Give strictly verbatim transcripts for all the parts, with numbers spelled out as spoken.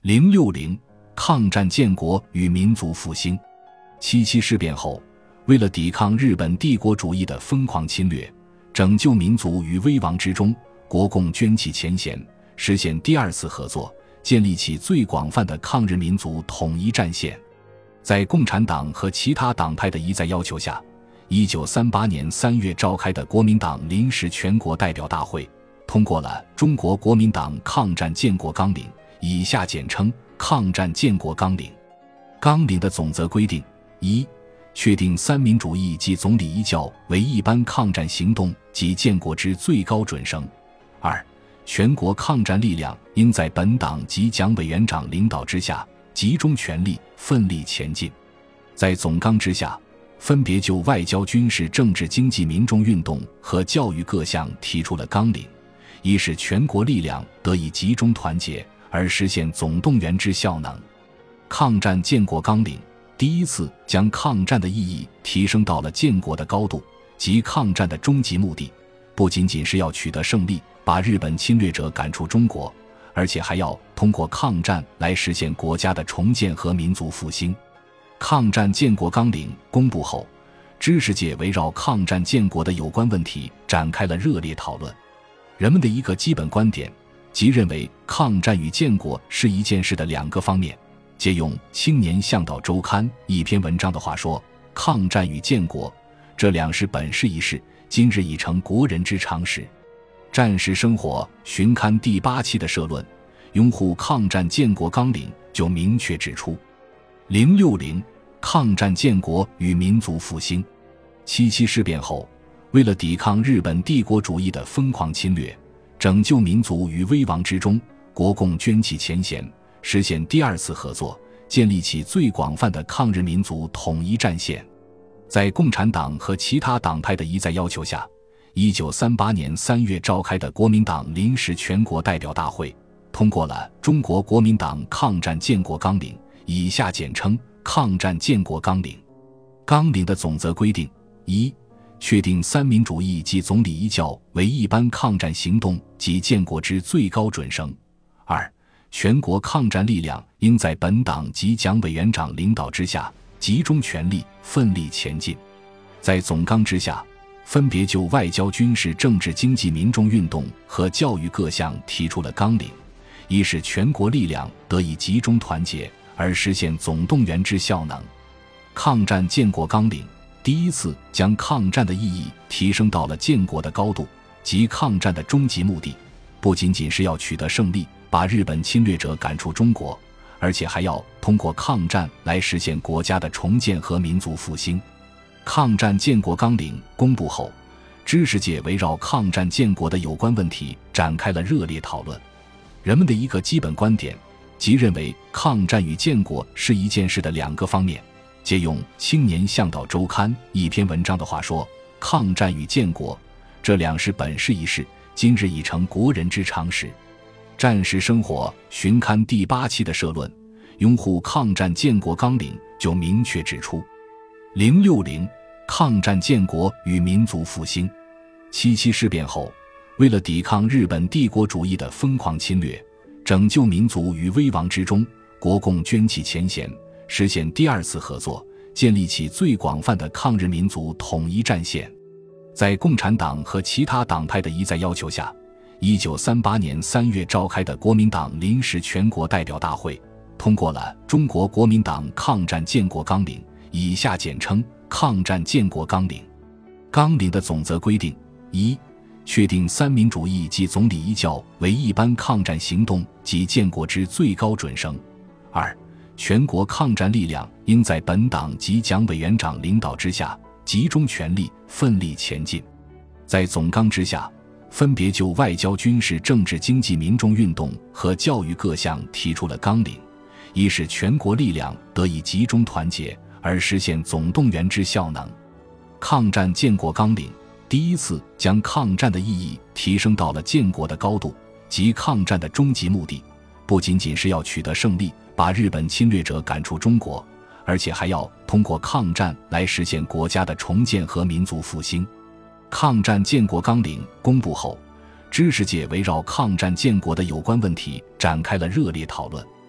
零六零抗战建国与民族复兴。七七事变后，为了抵抗日本帝国主义的疯狂侵略，拯救民族于危亡之中，国共捐弃前嫌，实现第二次合作，建立起最广泛的抗日民族统一战线。在共产党和其他党派的一再要求下，一九三八年三月召开的国民党临时全国代表大会通过了中国国民党抗战建国纲领，以下简称抗战建国纲领。纲领的总则规定：一、确定三民主义及总理一教为一般抗战行动及建国之最高准绳；二、全国抗战力量应在本党及蒋委员长领导之下，集中全力奋力前进。在总纲之下，分别就外交、军事、政治、经济、民众运动和教育各项提出了纲领，以使全国力量得以集中团结，而实现总动员之效能。抗战建国纲领第一次将抗战的意义提升到了建国的高度，即抗战的终极目的不仅仅是要取得胜利，把日本侵略者赶出中国，而且还要通过抗战来实现国家的重建和民族复兴。抗战建国纲领公布后，知识界围绕抗战建国的有关问题展开了热烈讨论。人们的一个基本观点，即认为抗战与建国是一件事的两个方面。借用《青年向导周刊》一篇文章的话说，抗战与建国这两事本是一事，今日已成国人之常识。战时生活巡刊第八期的社论拥护抗战建国纲领就明确指出：零六零抗战建国与民族复兴。七七事变后，为了抵抗日本帝国主义的疯狂侵略，拯救民族于危亡之中，国共捐弃前嫌，实现第二次合作，建立起最广泛的抗日民族统一战线。在共产党和其他党派的一再要求下，一九三八年三月召开的国民党临时全国代表大会通过了中国国民党抗战建国纲领，以下简称抗战建国纲领。纲领的总则规定：一、确定三民主义及总理一教为一般抗战行动及建国之最高准绳；二、全国抗战力量应在本党及蒋委员长领导之下，集中全力奋力前进。在总纲之下，分别就外交、军事、政治、经济、民众运动和教育各项提出了纲领，以使全国力量得以集中团结，而实现总动员之效能。抗战建国纲领第一次将抗战的意义提升到了建国的高度，即抗战的终极目的不仅仅是要取得胜利，把日本侵略者赶出中国，而且还要通过抗战来实现国家的重建和民族复兴。抗战建国纲领公布后，知识界围绕抗战建国的有关问题展开了热烈讨论。人们的一个基本观点，即认为抗战与建国是一件事的两个方面。借用《青年向导周刊》一篇文章的话说，抗战与建国这两事本是一事，今日已成国人之常识。战时生活巡刊第八期的社论拥护抗战建国纲领就明确指出：零六零抗战建国与民族复兴。七七事变后，为了抵抗日本帝国主义的疯狂侵略，拯救民族于危亡之中，国共捐弃前嫌，实现第二次合作，建立起最广泛的抗日民族统一战线。在共产党和其他党派的一再要求下，一九三八年三月召开的国民党临时全国代表大会通过了中国国民党抗战建国纲领，以下简称抗战建国纲领。纲领的总则规定：一、确定三民主义及总理一教为一般抗战行动及建国之最高准绳；二、全国抗战力量应在本党及蒋委员长领导之下，集中全力奋力前进。在总纲之下，分别就外交、军事、政治、经济、民众运动和教育各项提出了纲领，以使全国力量得以集中团结，而实现总动员之效能。抗战建国纲领第一次将抗战的意义提升到了建国的高度，即抗战的终极目的不仅仅是要取得胜利，把日本侵略者赶出中国，而且还要通过抗战来实现国家的重建和民族复兴。抗战建国纲领公布后，知识界围绕抗战建国的有关问题展开了热烈讨论。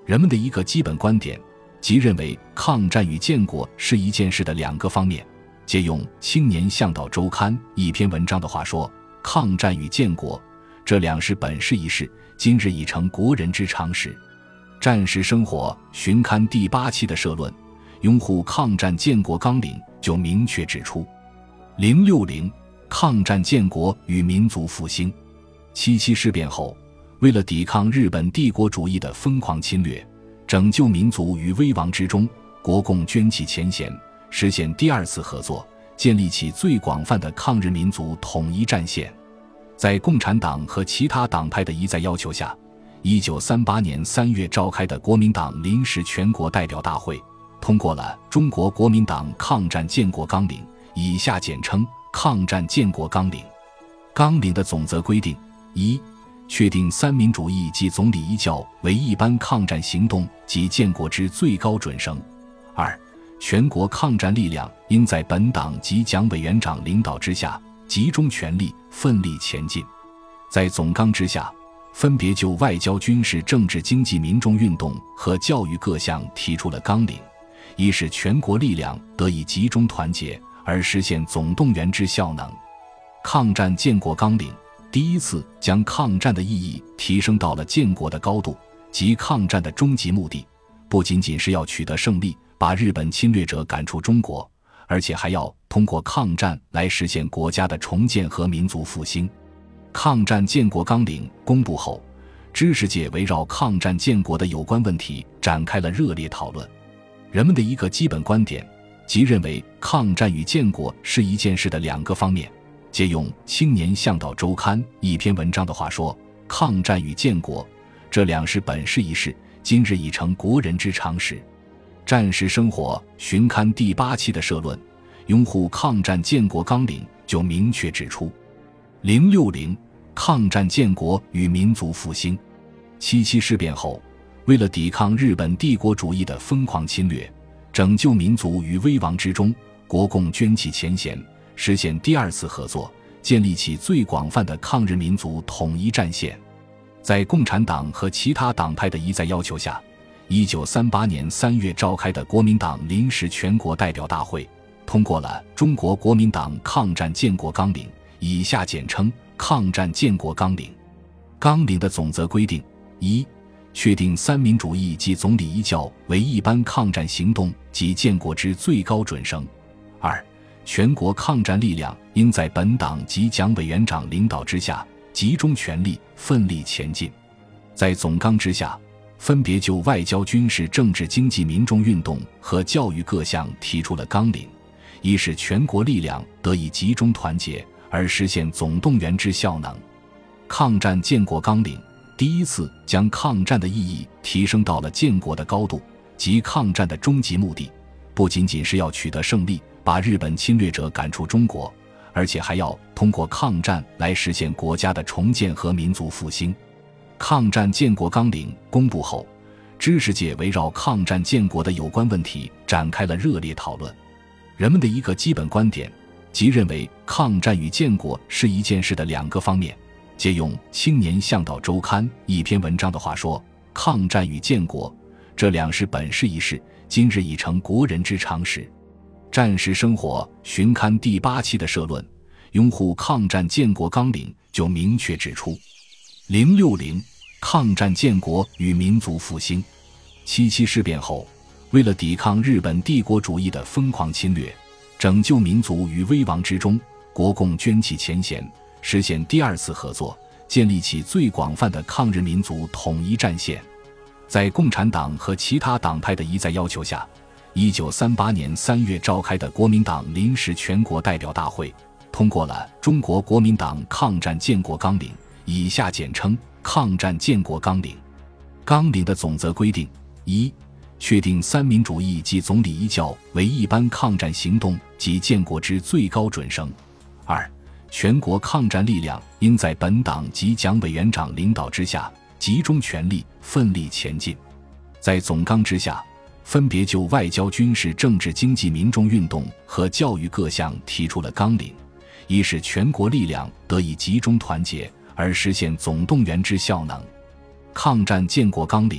人们的一个基本观点，即认为抗战与建国是一件事的两个方面。借用《青年向导周刊》一篇文章的话说，抗战与建国这两事本是一事，今日已成国人之常识。战时生活巡刊第八期的社论拥护抗战建国纲领就明确指出，零六零抗战建国与民族复兴。七七事变后，为了抵抗日本帝国主义的疯狂侵略，拯救民族于危亡之中，国共捐弃前嫌，实现第二次合作，建立起最广泛的抗日民族统一战线。在共产党和其他党派的一再要求下，一九三八年三月召开的国民党临时全国代表大会通过了《中国国民党抗战建国纲领》，以下简称《抗战建国纲领》。纲领的总则规定：一、确定三民主义及总理一教为一般抗战行动及建国之最高准绳；二、全国抗战力量应在本党及蒋委员长领导之下，集中全力奋力前进。在总纲之下，分别就外交、军事、政治、经济、民众运动和教育各项提出了纲领，以使全国力量得以集中团结，而实现总动员之效能。抗战建国纲领第一次将抗战的意义提升到了建国的高度，即抗战的终极目的不仅仅是要取得胜利，把日本侵略者赶出中国，而且还要通过抗战来实现国家的重建和民族复兴。抗战建国纲领公布后，知识界围绕抗战建国的有关问题展开了热烈讨论。人们的一个基本观点，即认为抗战与建国是一件事的两个方面。借用《青年向导周刊》一篇文章的话说，抗战与建国这两事本是一事，今日已成国人之常识。战时生活巡刊第八期的社论拥护抗战建国纲领就明确指出，零六零抗战建国与民族复兴。七七事变后，为了抵抗日本帝国主义的疯狂侵略，拯救民族于危亡之中，国共捐弃前嫌，实现第二次合作，建立起最广泛的抗日民族统一战线。在共产党和其他党派的一再要求下，一九三八年三月召开的国民党临时全国代表大会通过了《中国国民党抗战建国纲领》，以下简称《抗战建国纲领》。纲领的总则规定：一、确定三民主义及总理一教为一般抗战行动及建国之最高准绳；二、全国抗战力量应在本党及蒋委员长领导之下，集中全力奋力前进。在总纲之下，分别就外交、军事、政治、经济、民众运动和教育各项提出了纲领，以使全国力量得以集中团结，而实现总动员之效能。抗战建国纲领第一次将抗战的意义提升到了建国的高度，即抗战的终极目的不仅仅是要取得胜利，把日本侵略者赶出中国，而且还要通过抗战来实现国家的重建和民族复兴。抗战建国纲领公布后，知识界围绕抗战建国的有关问题展开了热烈讨论。人们的一个基本观点，即认为抗战与建国是一件事的两个方面。借用《青年向导周刊》一篇文章的话说，抗战与建国这两事本是一事，今日已成国人之常识。战时生活巡刊第八期的社论拥护抗战建国纲领就明确指出，零六零抗战建国与民族复兴。七七事变后，为了抵抗日本帝国主义的疯狂侵略，拯救民族于危亡之中，国共捐弃前嫌，实现第二次合作，建立起最广泛的抗日民族统一战线。在共产党和其他党派的一再要求下，一九三八年三月召开的国民党临时全国代表大会通过了《中国国民党抗战建国纲领》，以下简称《抗战建国纲领》。纲领的总则规定：一、确定三民主义及总理一教为一般抗战行动及建国之最高准绳；二、全国抗战力量应在本党及蒋委员长领导之下，集中全力奋力前进。在总纲之下，分别就外交、军事、政治、经济、民众运动和教育各项提出了纲领，以使全国力量得以集中团结，而实现总动员之效能。抗战建国纲领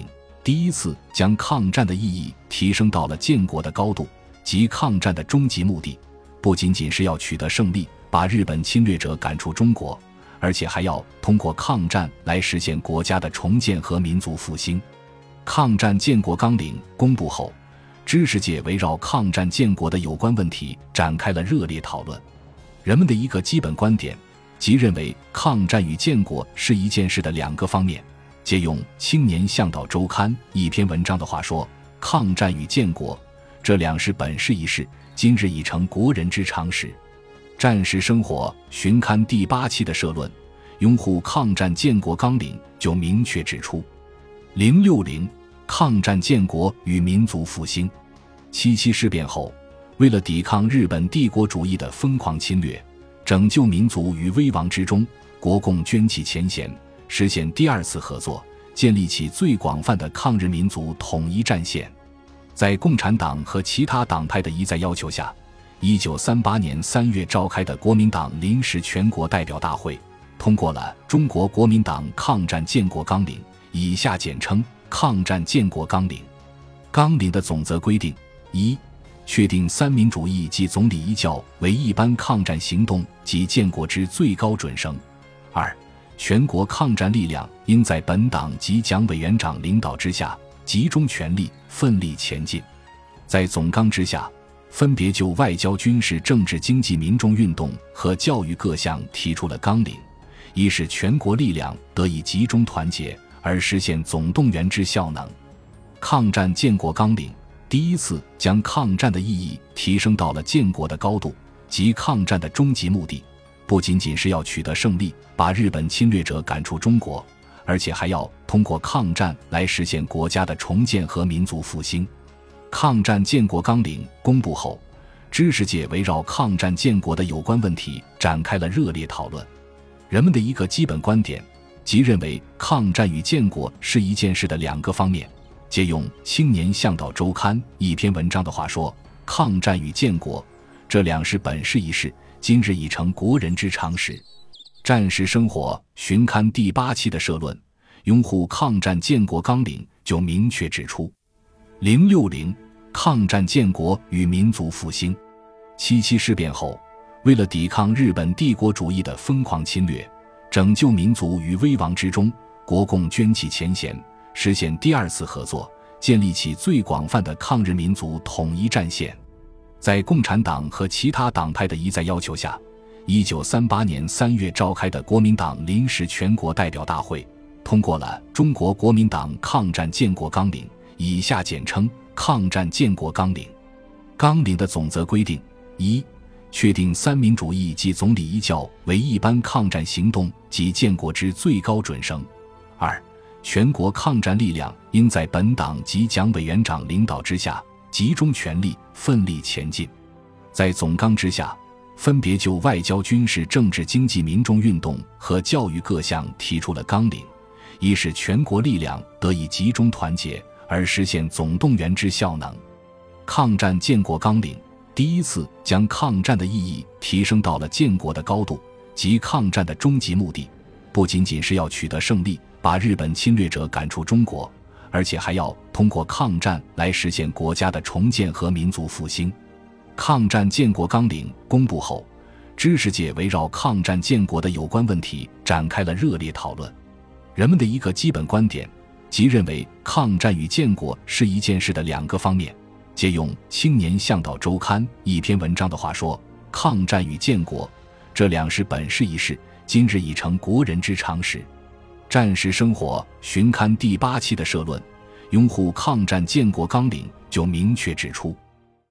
第一次将抗战的意义提升到了建国的高度，即抗战的终极目的不仅仅是要取得胜利，把日本侵略者赶出中国，而且还要通过抗战来实现国家的重建和民族复兴。抗战建国纲领公布后，知识界围绕抗战建国的有关问题展开了热烈讨论。人们的一个基本观点，即认为抗战与建国是一件事的两个方面。借用《青年向导周刊》一篇文章的话说，抗战与建国这两事本是一事，今日已成国人之常识。战时生活巡刊第八期的社论拥护抗战建国纲领就明确指出，零六零抗战建国与民族复兴。七七事变后，为了抵抗日本帝国主义的疯狂侵略，拯救民族于危亡之中，国共捐弃前嫌，实现第二次合作，建立起最广泛的抗日民族统一战线。在共产党和其他党派的一再要求下，一九三八年三月召开的国民党临时全国代表大会通过了《中国国民党抗战建国纲领》，以下简称《抗战建国纲领》。纲领的总则规定：一、确定三民主义及总理一教为一般抗战行动及建国之最高准绳；二、全国抗战力量应在本党及蒋委员长领导之下，集中全力奋力前进。在总纲之下，分别就外交、军事、政治、经济、民众运动和教育各项提出了纲领，以使全国力量得以集中团结，而实现总动员之效能。抗战建国纲领第一次将抗战的意义提升到了建国的高度，即抗战的终极目的不仅仅是要取得胜利，把日本侵略者赶出中国，而且还要通过抗战来实现国家的重建和民族复兴。抗战建国纲领公布后，知识界围绕抗战建国的有关问题展开了热烈讨论。人们的一个基本观点，即认为抗战与建国是一件事的两个方面。借用《青年向导周刊》一篇文章的话说，抗战与建国这两事本是一事，今日已成国人之常识。战时生活巡刊第八期的社论拥护抗战建国纲领就明确指出，零六零抗战建国与民族复兴。七七事变后，为了抵抗日本帝国主义的疯狂侵略，拯救民族于危亡之中，国共捐弃前嫌，实现第二次合作，建立起最广泛的抗日民族统一战线。在共产党和其他党派的一再要求下，一九三八年三月召开的国民党临时全国代表大会通过了《中国国民党抗战建国纲领》，以下简称《抗战建国纲领》。纲领的总则规定：一、确定三民主义及总理一教为一般抗战行动及建国之最高准绳；二、全国抗战力量应在本党及蒋委员长领导之下，集中全力奋力前进。在总纲之下，分别就外交、军事、政治、经济、民众运动和教育各项提出了纲领，以使全国力量得以集中团结，而实现总动员之效能。抗战建国纲领第一次将抗战的意义提升到了建国的高度，即抗战的终极目的不仅仅是要取得胜利，把日本侵略者赶出中国，而且还要通过抗战来实现国家的重建和民族复兴。抗战建国纲领公布后，知识界围绕抗战建国的有关问题展开了热烈讨论。人们的一个基本观点，即认为抗战与建国是一件事的两个方面。借用《青年向导周刊》一篇文章的话说，抗战与建国这两事本是一事，今日已成国人之常识。战时生活巡刊第八期的社论拥护抗战建国纲领就明确指出，